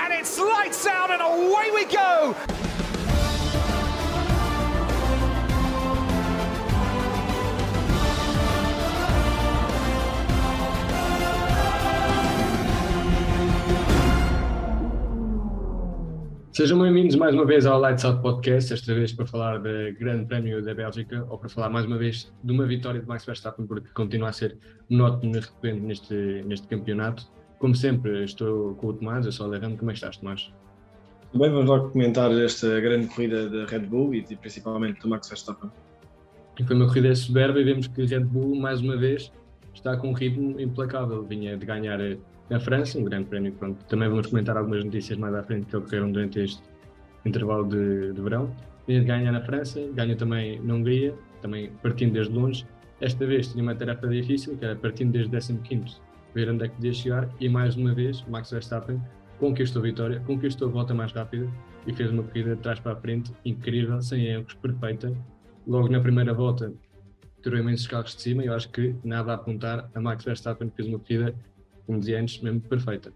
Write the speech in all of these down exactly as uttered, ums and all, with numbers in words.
and it's lights out and away we go! Sejam bem-vindos mais uma vez ao Lights Out Podcast, esta vez para falar do Grande Prémio da Bélgica, ou para falar mais uma vez de uma vitória de Max Verstappen, porque continua a ser monótono e recorrente neste, neste campeonato. Como sempre, estou com o Tomás, eu sou o Alejandro. Como é que estás, Tomás? Bem, vamos lá comentar esta grande corrida da Red Bull e principalmente do Max Verstappen. Foi uma corrida soberba e vemos que Red Bull, mais uma vez, está com um ritmo implacável. Vinha de ganhar na França, um grande prémio. Pronto. Também vamos comentar algumas notícias mais à frente que ocorreram durante este intervalo de, de verão. Vinha de ganhar na França, ganha também na Hungria, também partindo desde longe. Esta vez tinha uma tarefa difícil, que era partindo desde décimo quinto, ver onde é que podia chegar, e mais uma vez Max Verstappen conquistou a vitória, conquistou a volta mais rápida e fez uma corrida de trás para a frente incrível, sem erros, perfeita. Logo na primeira volta tirou imensos carros de cima e eu acho que nada a apontar a Max Verstappen, que fez uma corrida, como dizia antes, mesmo perfeita.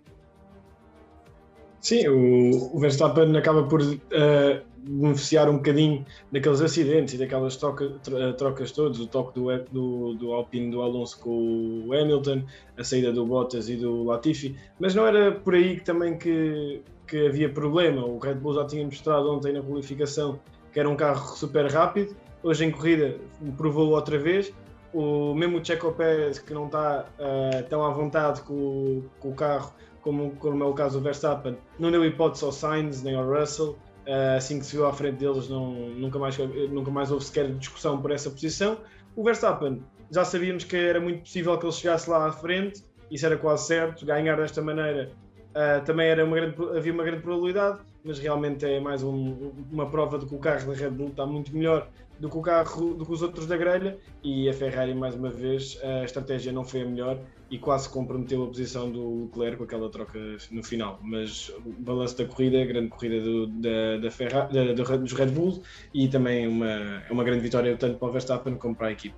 Sim, o, o Verstappen acaba por uh, beneficiar um bocadinho daqueles acidentes e daquelas troca, trocas todas, o toque do, do, do Alpine do Alonso com o Hamilton, a saída do Bottas e do Latifi, mas não era por aí que também que, que havia problema. O Red Bull já tinha mostrado ontem na qualificação que era um carro super rápido, hoje em corrida provou outra vez. O mesmo o Checo Pérez, que não está uh, tão à vontade com, com o carro como, como é o caso do Verstappen, não deu hipótese ao Sainz nem ao Russell. Uh, assim que se viu à frente deles, não, nunca, mais, nunca mais houve sequer discussão por essa posição. O Verstappen, já sabíamos que era muito possível que ele chegasse lá à frente, isso era quase certo. Ganhar desta maneira uh, também era uma grande, havia uma grande probabilidade, mas realmente é mais um, uma prova de que o carro da Red Bull está muito melhor do que o carro, do que os outros da grelha, e a Ferrari, mais uma vez, a estratégia não foi a melhor e quase comprometeu a posição do Leclerc com aquela troca no final. Mas o balanço da corrida, a grande corrida do, da, da Ferrari, da, da, dos Red Bull, e também uma, uma grande vitória tanto para o Verstappen como para a equipe.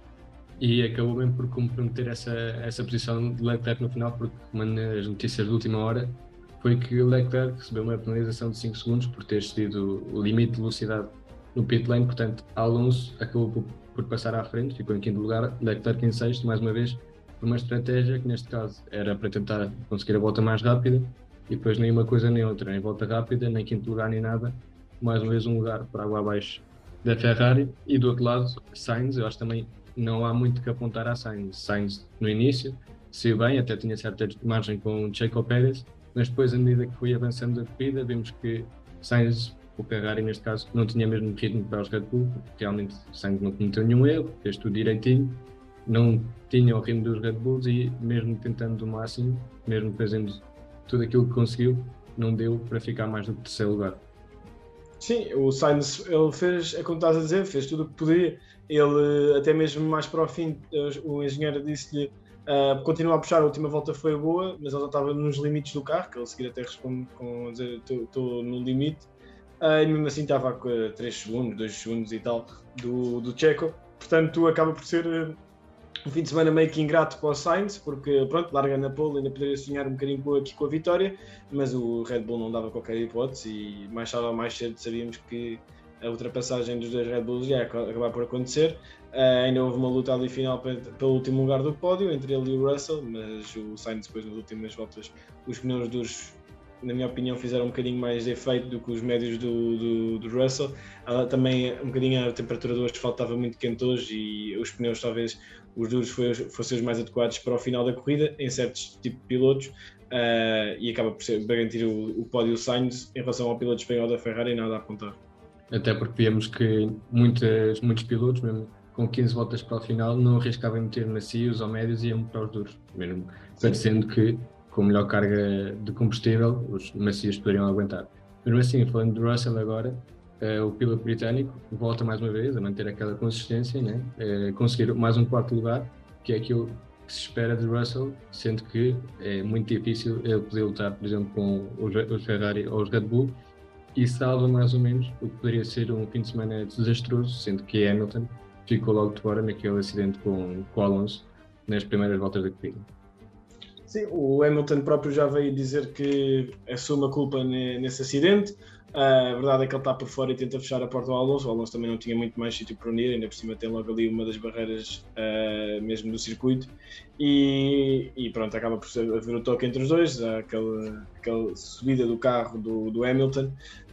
E acabou bem por comprometer essa, essa posição de Leclerc no final, porque uma das notícias de última hora foi que o Leclerc recebeu uma penalização de cinco segundos por ter excedido o limite de velocidade no pit lane. Portanto, Alonso acabou por, por passar à frente, ficou em quinto lugar, Leclerc em sexto, mais uma vez, por uma estratégia que neste caso era para tentar conseguir a volta mais rápida, e depois nem uma coisa nem outra, nem volta rápida, nem quinto lugar, nem nada, mais uma vez um lugar para água abaixo da Ferrari. E do outro lado, Sainz, eu acho que também não há muito que apontar a Sainz. Sainz no início saiu bem, até tinha certa margem com o Checo Pérez, mas depois, à medida que foi avançando a corrida, vimos que Sainz, o Ferrari neste caso, não tinha mesmo ritmo para os Red Bull, porque realmente Sainz não cometeu nenhum erro, fez tudo direitinho, não tinha o ritmo dos Red Bulls e mesmo tentando o máximo, mesmo fazendo tudo aquilo que conseguiu, não deu para ficar mais do que terceiro lugar. Sim, o Sainz, ele fez, é como estás a dizer, fez tudo o que podia. Ele, até mesmo mais para o fim, o engenheiro disse-lhe Uh, continua a puxar, a última volta foi boa, mas ele já estava nos limites do carro, que ele a seguir até responde com a dizer estou no limite, uh, e mesmo assim estava a três segundos, dois segundos e tal do, do Checo. Portanto acaba por ser uh, um fim de semana meio que ingrato para o Sainz, porque pronto, larga na pole, ainda poderia sonhar um bocadinho com, aqui com a vitória, mas o Red Bull não dava ququer hipótese e mais tarde ou mais cedo sabíamos que a ultrapassagem dos dois Red Bulls ia acabar por acontecer. Uh, ainda houve uma luta ali final pelo último lugar do pódio entre ele e o Russell, mas o Sainz depois nas últimas voltas, os pneus dos, na minha opinião, fizeram um bocadinho mais de efeito do que os médios do, do, do Russell. Uh, também um bocadinho a temperatura do asfalto estava muito quente hoje e os pneus talvez os duros fossem os mais adequados para o final da corrida em certos tipos de pilotos, uh, e acaba por ser, garantir o, o pódio Sainz. Em relação ao piloto espanhol da Ferrari, nada a apontar. Até porque vemos que muitas, muitos pilotos, mesmo com quinze voltas para o final, não arriscavam em meter macios ou médios e iam para os duros, mesmo parecendo que com melhor carga de combustível os macios poderiam aguentar. Mesmo assim, falando do Russell agora, uh, o piloto britânico volta mais uma vez a manter aquela consistência, né? uh, conseguir mais um quarto lugar, que é aquilo que se espera de Russell, sendo que é muito difícil ele poder lutar, por exemplo, com os, os Ferrari ou os Red Bull, e salva mais ou menos o que poderia ser um fim de semana desastroso, sendo que Hamilton ficou logo de fora naquele acidente com, com o Alonso nas primeiras voltas da corrida. Sim, o Hamilton próprio já veio dizer que assume a culpa nesse acidente. Uh, a verdade é que ele está por fora e tenta fechar a porta ao Alonso. O Alonso também não tinha muito mais sítio para unir, ainda por cima tem logo ali uma das barreiras uh, mesmo do circuito. E, e pronto, acaba por haver o toque entre os dois, aquela, aquela subida do carro do, do Hamilton.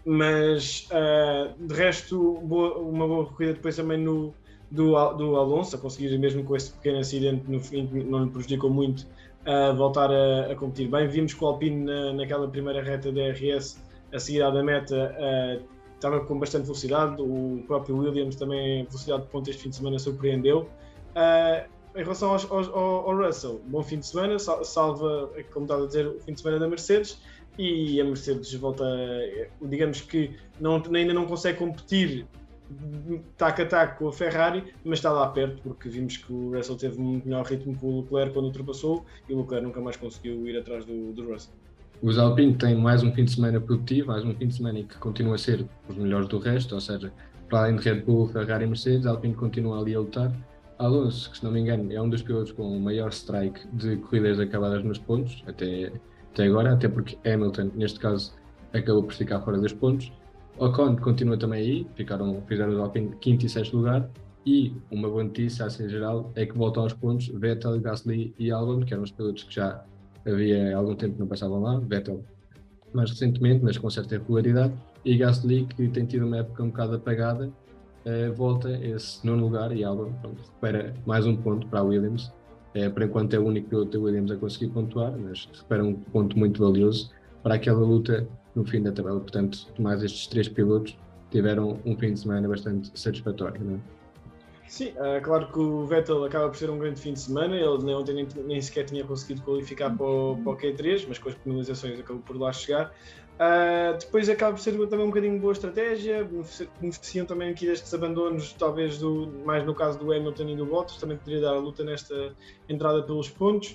Mas uh, de resto, boa, uma boa corrida depois também no, do, do Alonso, a conseguir mesmo com esse pequeno acidente no fim, não lhe prejudicou muito, a voltar a, a competir bem. Vimos que o Alpine na, naquela primeira reta da R S a seguir à da meta uh, estava com bastante velocidade, o próprio Williams também, a velocidade de ponta este fim de semana surpreendeu. Uh, em relação aos, aos, ao Russell, bom fim de semana, salva, como estava a dizer, o fim de semana da Mercedes, e a Mercedes volta, digamos que não, ainda não consegue competir taco a taco com a Ferrari, mas está lá perto, porque vimos que o Russell teve um melhor ritmo que o Leclerc quando ultrapassou, e o Leclerc nunca mais conseguiu ir atrás do, do Russell. Os Alpine têm mais um fim de semana produtivo, mais um fim de semana em que continua a ser os melhores do resto, ou seja, para além de Red Bull, Ferrari e Mercedes, a Alpine continua ali a lutar. Alonso, que se não me engano é um dos pilotos com o maior strike de corridas acabadas nos pontos, até, até agora, até porque Hamilton, neste caso, acabou por ficar fora dos pontos. Ocon continua também aí, ficaram, fizeram os Alpine quinto e sexto lugar, e uma boa notícia, assim em geral, é que voltam aos pontos Vettel, Gasly e Albon, que eram os pilotos que já havia algum tempo que não passavam lá, Vettel mais recentemente, mas com certa regularidade, e Gasly, que tem tido uma época um bocado apagada, uh, volta a esse nono lugar, e Albon pronto, recupera mais um ponto para a Williams. Uh, por enquanto é o único piloto da Williams a conseguir pontuar, mas recupera um ponto muito valioso para aquela luta no fim da tabela. Portanto, mais estes três pilotos tiveram um fim de semana bastante satisfatório, não é? Sim, é claro que o Vettel acaba por ser um grande fim de semana. Ele ontem nem, nem sequer tinha conseguido qualificar para o, para o Q três, mas com as penalizações acabou por lá chegar. Uh, depois acaba por ser também um bocadinho boa estratégia, beneficiam também aqui destes abandonos, talvez do, mais no caso do Hamilton e do Bottas, também poderia dar a luta nesta entrada pelos pontos.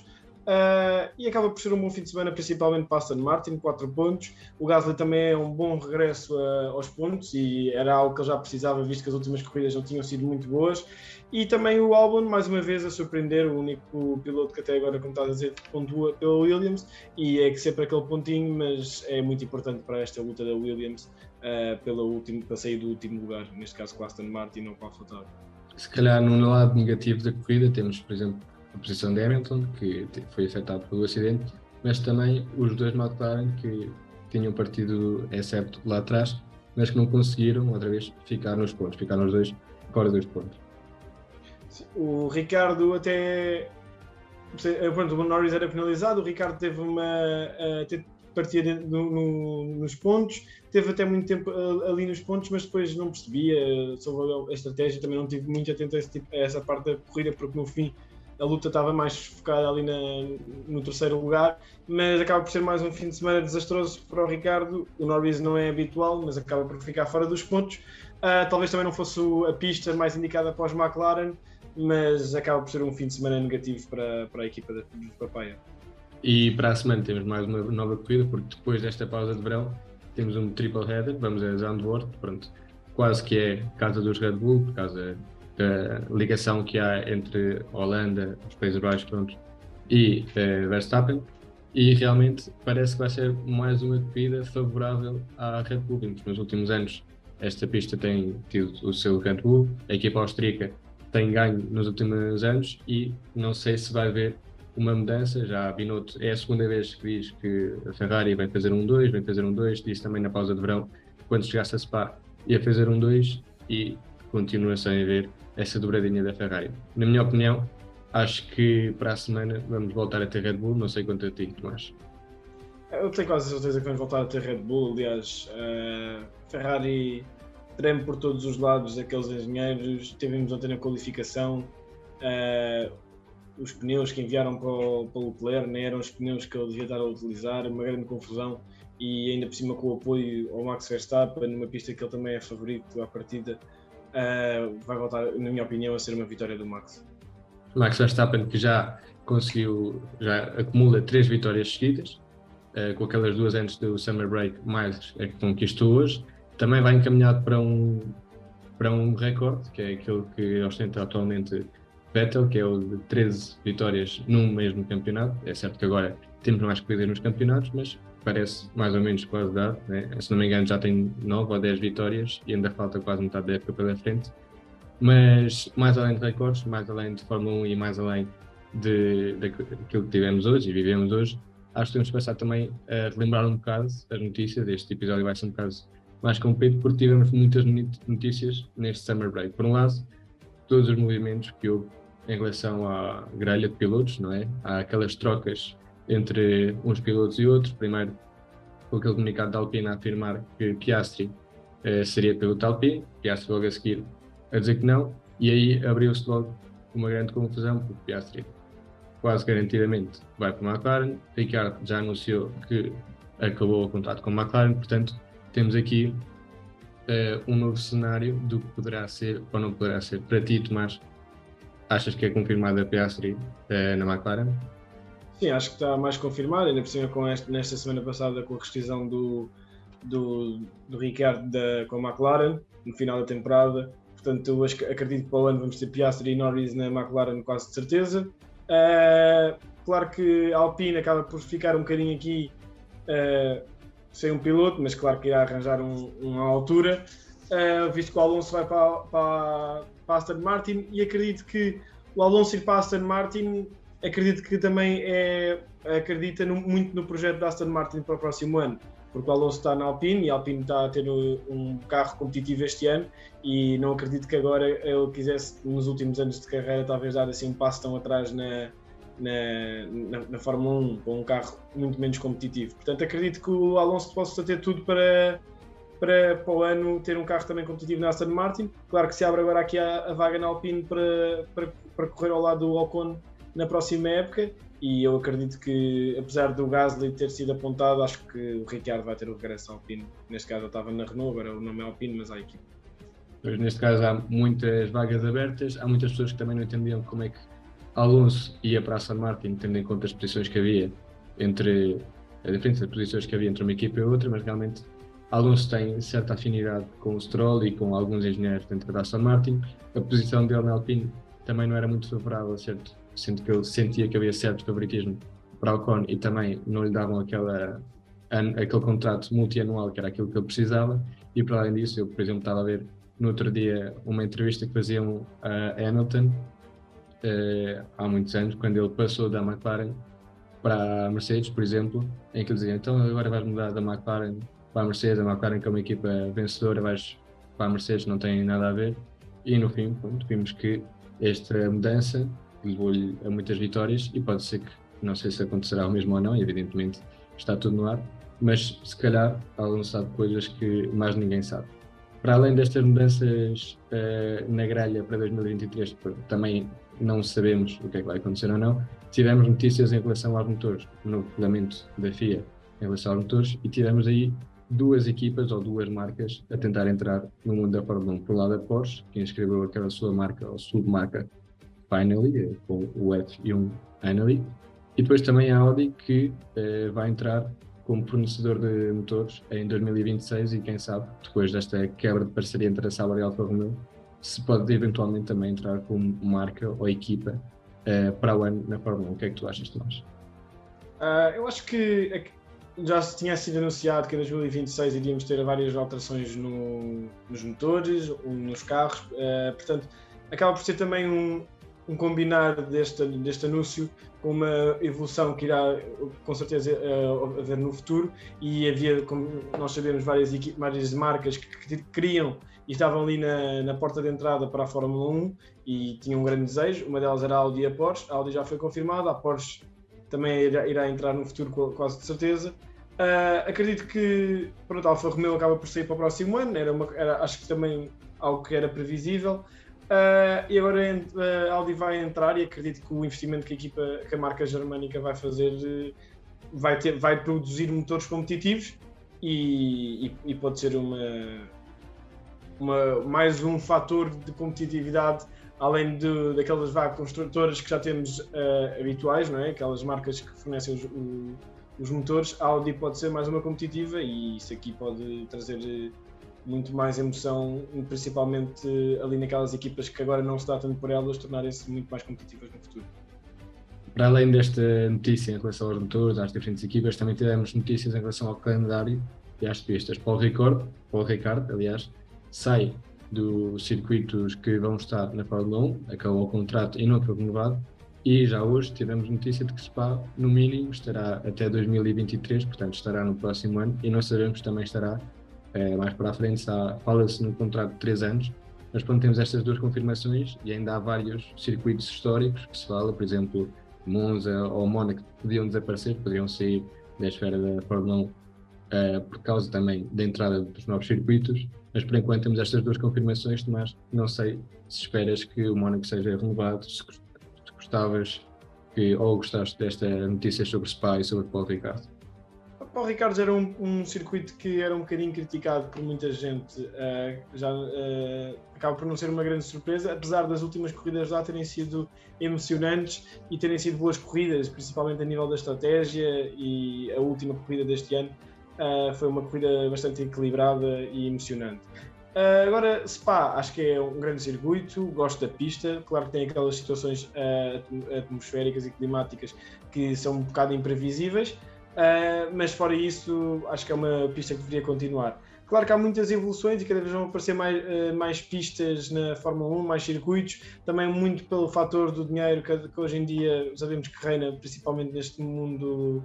Uh, e acaba por ser um bom fim de semana, principalmente para Aston Martin, quatro pontos. O Gasly também é um bom regresso uh, aos pontos e era algo que ele já precisava, visto que as últimas corridas não tinham sido muito boas. E também o Albon, mais uma vez, a surpreender, o único piloto que até agora, como estás a dizer, pontua pela Williams, e é que sempre aquele pontinho, mas é muito importante para esta luta da Williams uh, pela último, para sair do último lugar, neste caso com a Aston Martin ou com a AlphaTauri. Se calhar no lado negativo da corrida temos, por exemplo, a posição de Hamilton, que foi afetado pelo acidente, mas também os dois McLaren que tinham partido excepto lá atrás, mas que não conseguiram outra vez ficar nos pontos, ficaram os dois fora dos pontos. O Ricardo até, pronto, o Norris era penalizado, o Ricardo teve uma teve partia no, no, nos pontos, teve até muito tempo ali nos pontos, mas depois não percebia sobre a estratégia, também não estive muito atento a, esse tipo, a essa parte da corrida, porque no fim a luta estava mais focada ali na, no terceiro lugar, mas acaba por ser mais um fim de semana desastroso para o Ricardo. O Norris não é habitual, mas acaba por ficar fora dos pontos. Uh, talvez também não fosse a pista mais indicada para os McLaren, mas acaba por ser um fim de semana negativo para, para a equipa de Papaya. E para a semana temos mais uma nova corrida, porque depois desta pausa de verão temos um triple header, vamos a Zandvoort, pronto, quase que é casa dos Red Bull, por causa da ligação que há entre Holanda, os Países Baixos, pronto, e uh, Verstappen, e realmente parece que vai ser mais uma corrida favorável à Red Bull. Nos últimos anos esta pista tem tido o seu Red Bull, a equipa austríaca tem ganho nos últimos anos e não sei se vai haver uma mudança. Já a Binotto é a segunda vez que diz que a Ferrari vai fazer um dois, vai fazer um dois, disse também na pausa de verão, quando chegasse a Spa ia fazer um dois, e continua sem haver essa dobradinha da Ferrari. Na minha opinião, acho que para a semana vamos voltar a ter Red Bull, não sei quanto a ti, Tomás. Eu tenho quase certeza que vamos voltar a ter Red Bull. Aliás, uh, Ferrari treme por todos os lados, aqueles engenheiros, tivemos ontem na qualificação, uh, os pneus que enviaram para o, para o Leclerc nem eram os pneus que ele devia estar a utilizar, uma grande confusão, e ainda por cima com o apoio ao Max Verstappen, numa pista que ele também é favorito à partida. Uh, vai voltar, na minha opinião, a ser uma vitória do Max. Max Verstappen, que já conseguiu, já acumula três vitórias seguidas, uh, com aquelas duas antes do Summer Break, mais a que conquistou hoje, também vai encaminhado para um, para um recorde, que é aquele que ostenta atualmente Vettel, que é o de treze vitórias num mesmo campeonato. É certo que agora temos mais corridas nos campeonatos, mas parece mais ou menos quase dado, né? Se não me engano já tem nove ou dez vitórias e ainda falta quase metade da época pela frente. Mas mais além de recordes, mais além de Fórmula um e mais além de, de, daquilo que tivemos hoje e vivemos hoje, acho que temos que passar também a relembrar um bocado as notícias. Este episódio vai ser um bocado mais comprido porque tivemos muitas notícias neste Summer Break. Por um lado, todos os movimentos que houve em relação à grelha de pilotos, não é? Há aquelas trocas entre uns pilotos e outros. Primeiro, com aquele comunicado da Alpine a afirmar que Piastri eh, seria piloto Alpine, Piastri logo a seguir a dizer que não, e aí abriu-se logo uma grande confusão, porque Piastri quase garantidamente vai para a McLaren. Ricciardo já anunciou que acabou o contrato com a McLaren, portanto temos aqui uh, um novo cenário do que poderá ser ou não poderá ser. Para ti, Tomás, achas que é confirmada a Piastri uh, na McLaren? Sim, acho que está mais confirmado, ainda por cima com este, nesta semana passada com a rescisão do, do, do Ricciardo da, com a McLaren no final da temporada. Portanto, acredito que para o ano vamos ter Piastri e Norris na McLaren quase de certeza. Uh, claro que a Alpine acaba por ficar um bocadinho aqui uh, sem um piloto, mas claro que irá arranjar um, uma altura, uh, visto que o Alonso vai para, para, para a Aston Martin, e acredito que o Alonso ir para a Aston Martin, acredito que também é, acredita no, muito no projeto da Aston Martin para o próximo ano. Porque o Alonso está na Alpine e a Alpine está a ter um carro competitivo este ano, e não acredito que agora ele quisesse, nos últimos anos de carreira, talvez dar assim um passo tão atrás na, na, na, na Fórmula um, com um carro muito menos competitivo. Portanto, acredito que o Alonso possa ter tudo para, para, para o ano ter um carro também competitivo na Aston Martin. Claro que se abre agora aqui a, a vaga na Alpine para, para, para correr ao lado do Ocon na próxima época. E eu acredito que, apesar do Gasly ter sido apontado, acho que o Ricciardo vai ter o regresso ao Alpine. Neste caso ele estava na Renault, agora o nome é Alpine, mas há equipe. Pois, neste caso há muitas vagas abertas, há muitas pessoas que também não entendiam como é que Alonso ia para a Aston Martin, tendo em conta as posições que havia entre, a diferença de posições que havia entre uma equipa e outra, mas realmente Alonso tem certa afinidade com o Stroll e com alguns engenheiros dentro da Aston Martin. A posição dele na Alpine também não era muito favorável, certo? Sendo que ele sentia que havia certo favoritismo para o Ocon e também não lhe davam aquela, aquele contrato multianual que era aquilo que ele precisava. E para além disso, eu, por exemplo, estava a ver no outro dia uma entrevista que faziam a Hamilton uh, há muitos anos, quando ele passou da McLaren para a Mercedes, por exemplo, em que ele dizia: então agora vais mudar da McLaren para a Mercedes, a McLaren que é uma equipa vencedora, vais para a Mercedes, não tem nada a ver. E no fim, pronto, vimos que esta mudança levou-lhe a muitas vitórias, e pode ser que, não sei se acontecerá o mesmo ou não, evidentemente está tudo no ar, mas se calhar Alonso sabe coisas que mais ninguém sabe. Para além destas mudanças uh, na grelha para dois mil e vinte e três, também não sabemos o que é que vai acontecer ou não, tivemos notícias em relação aos motores, no regulamento da F I A em relação aos motores, e tivemos aí duas equipas ou duas marcas a tentar entrar no mundo da Fórmula um. Por um lado a Porsche, que inscreveu aquela sua marca ou submarca Finally, com o F um Finally, e depois também a Audi, que eh, vai entrar como fornecedor de motores em dois mil e vinte e seis, e quem sabe, depois desta quebra de parceria entre a Sauber e a Alfa Romeo, se pode eventualmente também entrar como marca ou equipa eh, para o ano na Fórmula um. O que é que tu achas, Tomás? Uh, eu acho que já se tinha sido anunciado que em dois mil e vinte e seis iríamos ter várias alterações no, nos motores, nos carros, uh, portanto acaba por ser também um um combinar deste, deste anúncio com uma evolução que irá com certeza uh, haver no futuro. E havia, como nós sabemos, várias, equipes, várias marcas que, que queriam e estavam ali na, na porta de entrada para a Fórmula um e tinham um grande desejo. Uma delas era a Audi e a Porsche. A Audi já foi confirmada, a Porsche também irá, irá entrar no futuro quase de certeza. Uh, acredito que pronto, a Alfa Romeo acaba por sair para o próximo ano, era uma, era, acho que também algo que era previsível. Uh, e agora a Audi vai entrar, e acredito que o investimento que a equipa, que a marca germânica vai fazer vai, ter, vai produzir motores competitivos, e, e, e pode ser uma, uma, mais um fator de competitividade, além de, daquelas vagas construtoras que já temos uh, habituais, não é? Aquelas marcas que fornecem os, o, os motores. A Audi pode ser mais uma competitiva, e isso aqui pode trazer muito mais emoção, principalmente ali naquelas equipas que agora não se dá tanto por elas, tornarem-se muito mais competitivas no futuro. Para além desta notícia em relação aos motores, às diferentes equipas, também tivemos notícias em relação ao calendário e às pistas. Paul Ricard, Paul Ricard, aliás, sai dos circuitos que vão estar na Fórmula um, acabou o contrato e não foi renovado, e já hoje tivemos notícia de que Spa, no mínimo, estará até dois mil e vinte e três, portanto estará no próximo ano, e não sabemos também estará é, mais para a frente, fala-se num contrato de três anos, mas pronto, temos estas duas confirmações e ainda há vários circuitos históricos que se fala, por exemplo, Monza ou Mónaco podiam desaparecer, poderiam sair da esfera da Fórmula um uh, por causa também da entrada dos novos circuitos, mas por enquanto temos estas duas confirmações, Tomás. Não sei se esperas que o Mónaco seja renovado, se gostavas que, ou gostaste desta notícia sobre Spa e sobre Paul Ricard. Paul Ricard era um, um circuito que era um bocadinho criticado por muita gente, uh, já uh, acaba por não ser uma grande surpresa, apesar das últimas corridas lá terem sido emocionantes e terem sido boas corridas, principalmente a nível da estratégia, e a última corrida deste ano uh, foi uma corrida bastante equilibrada e emocionante. Uh, agora, Spa, acho que é um grande circuito, gosto da pista, claro que tem aquelas situações uh, atmosféricas e climáticas que são um bocado imprevisíveis, Uh, mas fora isso, acho que é uma pista que deveria continuar. Claro que há muitas evoluções e cada vez vão aparecer mais, uh, mais pistas na Fórmula um, mais circuitos, também muito pelo fator do dinheiro que, que hoje em dia sabemos que reina, principalmente neste mundo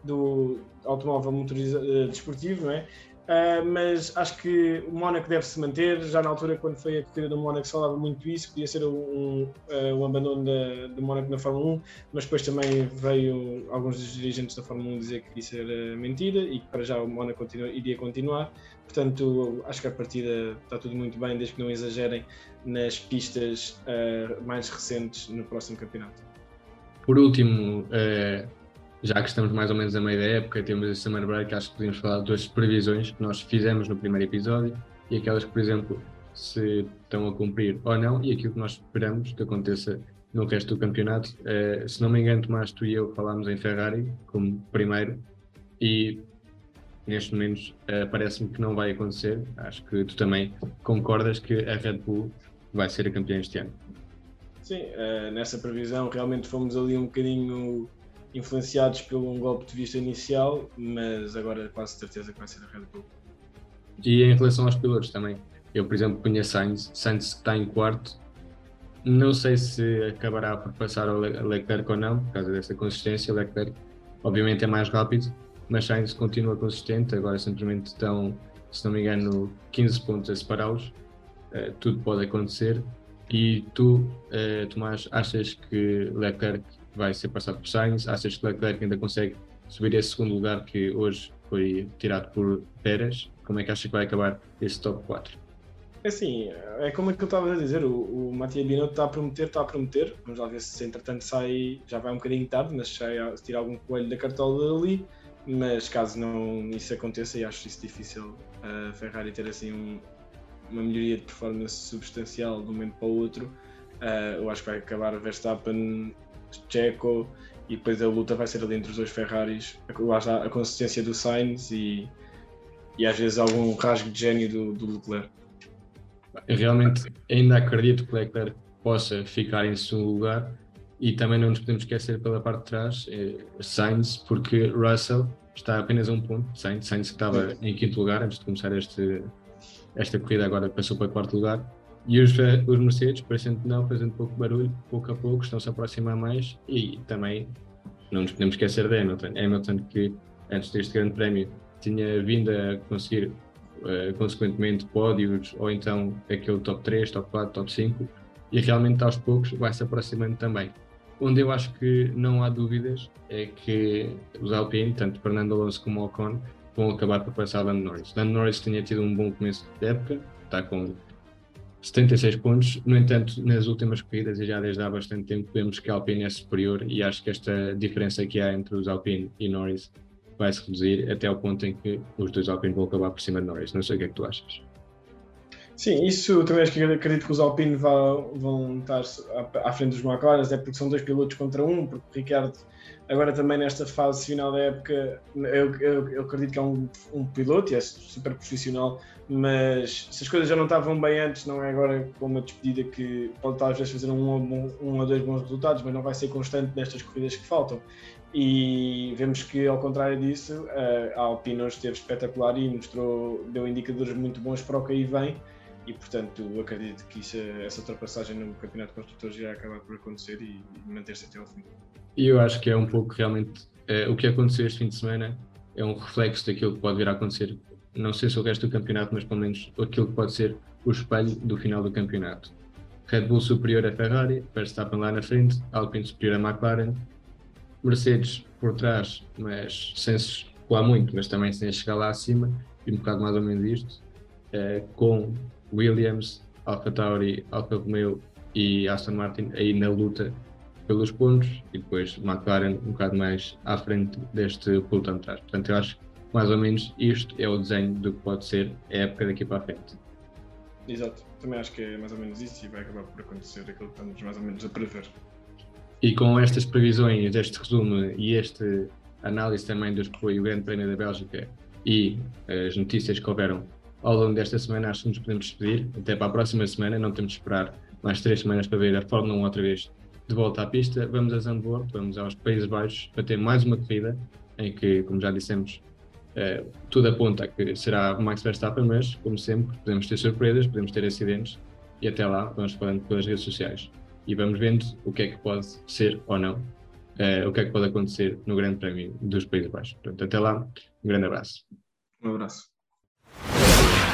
do automóvel motorizado, uh, desportivo, não é? Uh, mas acho que o Mónaco deve-se manter. Já na altura, quando foi a corrida do Mónaco, se falava muito isso, podia ser um, um, um abandono da, do Mónaco na Fórmula um, mas depois também veio alguns dos dirigentes da Fórmula um dizer que isso era mentira e que para já o Mónaco continua, iria continuar. Portanto, acho que a partida está tudo muito bem, desde que não exagerem nas pistas uh, mais recentes no próximo campeonato. Por último, uh... já que estamos mais ou menos a meio da época, temos a Summer Break, acho que podemos falar de duas previsões que nós fizemos no primeiro episódio e aquelas que, por exemplo, se estão a cumprir ou não, e aquilo que nós esperamos que aconteça no resto do campeonato. Uh, se não me engano, Tomás, tu e eu falámos em Ferrari como primeiro e neste momento uh, parece-me que não vai acontecer. Acho que tu também concordas que a Red Bull vai ser a campeã este ano. Sim, uh, nessa previsão realmente fomos ali um bocadinho influenciados pelo um golpe de vista inicial, mas agora quase certeza que vai ser a Red Bull. E em relação aos pilotos também, eu por exemplo conheço Sainz, Sainz está em quarto, não sei se acabará por passar ao Leclerc ou não, por causa dessa consistência. Leclerc obviamente é mais rápido, mas Sainz continua consistente, agora simplesmente estão, se não me engano, quinze pontos a separá-los, uh, tudo pode acontecer. E tu, uh, Tomás, achas que Leclerc vai ser passado por Sainz? Achas que Leclerc ainda consegue subir esse segundo lugar que hoje foi tirado por Pérez? Como é que achas que vai acabar esse top quatro? É assim, é como é que eu estava a dizer, o, o Mattia Binotto está a prometer, está a prometer, vamos lá ver se entretanto sai, já vai um bocadinho tarde, mas sai, se tira algum coelho da cartola ali, mas caso não isso aconteça, e acho isso difícil, a Ferrari ter assim um, uma melhoria de performance substancial de um momento para o outro, uh, eu acho que vai acabar Verstappen, Checo, e depois a luta vai ser ali entre os dois Ferraris, a, a consistência do Sainz e, e às vezes algum rasgo de gênio do, do Leclerc. Eu realmente ainda acredito que Leclerc possa ficar em segundo lugar e também não nos podemos esquecer pela parte de trás eh, Sainz, porque Russell está apenas a um ponto. Sainz, Sainz que estava em quinto lugar antes de começar este, esta corrida, agora passou para quarto lugar. E os, os Mercedes, parecendo que não, fazendo pouco barulho, pouco a pouco, estão-se a aproximar mais. E também não nos podemos esquecer de Hamilton. Hamilton que antes deste grande prémio tinha vindo a conseguir uh, consequentemente pódios ou então aquele top três, top quatro, top cinco, e realmente aos poucos vai-se aproximando também. Onde eu acho que não há dúvidas é que os Alpine, tanto Fernando Alonso como Ocon, vão acabar por passar Lando Norris. Lando Norris tinha tido um bom começo de época, está com setenta e seis pontos, no entanto, nas últimas corridas e já desde há bastante tempo vemos que a Alpine é superior e acho que esta diferença que há entre os Alpine e Norris vai se reduzir até ao ponto em que os dois Alpine vão acabar por cima de Norris. Não sei o que é que tu achas. Sim, isso também acho que acredito que os Alpine vão, vão estar à, à frente dos McLaren, é porque são dois pilotos contra um, porque o Ricciardo agora também nesta fase final da época, eu, eu, eu acredito que é um, um piloto e é super profissional, mas se as coisas já não estavam bem antes, não é agora com uma despedida que pode estar às vezes fazer um, um, um ou dois bons resultados, mas não vai ser constante nestas corridas que faltam. E vemos que, ao contrário disso, a Alpine hoje esteve espetacular e mostrou, deu indicadores muito bons para o que aí vem. E, portanto, acredito que isso, essa ultrapassagem no Campeonato de Construtores irá acabar por acontecer e, e manter-se até ao fim. E eu acho que é um pouco realmente é, o que aconteceu este fim de semana é um reflexo daquilo que pode vir a acontecer, não sei se o resto do campeonato, mas pelo menos aquilo que pode ser o espelho do final do campeonato. Red Bull superior a Ferrari, Verstappen lá na frente, Alpine superior a McLaren, Mercedes por trás, mas sem se escoar muito, mas também sem chegar lá acima, e um bocado mais ou menos isto, é, com Williams, AlphaTauri, Alfa Romeo e Aston Martin aí na luta pelos pontos, e depois McLaren um bocado mais à frente deste pelotão de trás. Portanto, eu acho que mais ou menos isto é o desenho do que pode ser a época daqui para a frente. Exato, também acho que é mais ou menos isso e vai acabar por acontecer aquilo que estamos mais ou menos a prever. E com estas previsões, este resumo e esta análise também dos que foi o Grande Prémio da Bélgica e as notícias que houveram ao longo desta semana, acho que nos podemos despedir. Até para a próxima semana, não temos de esperar mais três semanas para ver a Fórmula um outra vez de volta à pista. Vamos a Zandvoort, vamos aos Países Baixos para ter mais uma corrida em que, como já dissemos, eh, tudo aponta a que será o Max Verstappen, mas, como sempre, podemos ter surpresas, podemos ter acidentes e até lá vamos falando pelas redes sociais e vamos vendo o que é que pode ser ou não, eh, o que é que pode acontecer no Grande Prémio dos Países Baixos. Portanto, até lá, um grande abraço. Um abraço.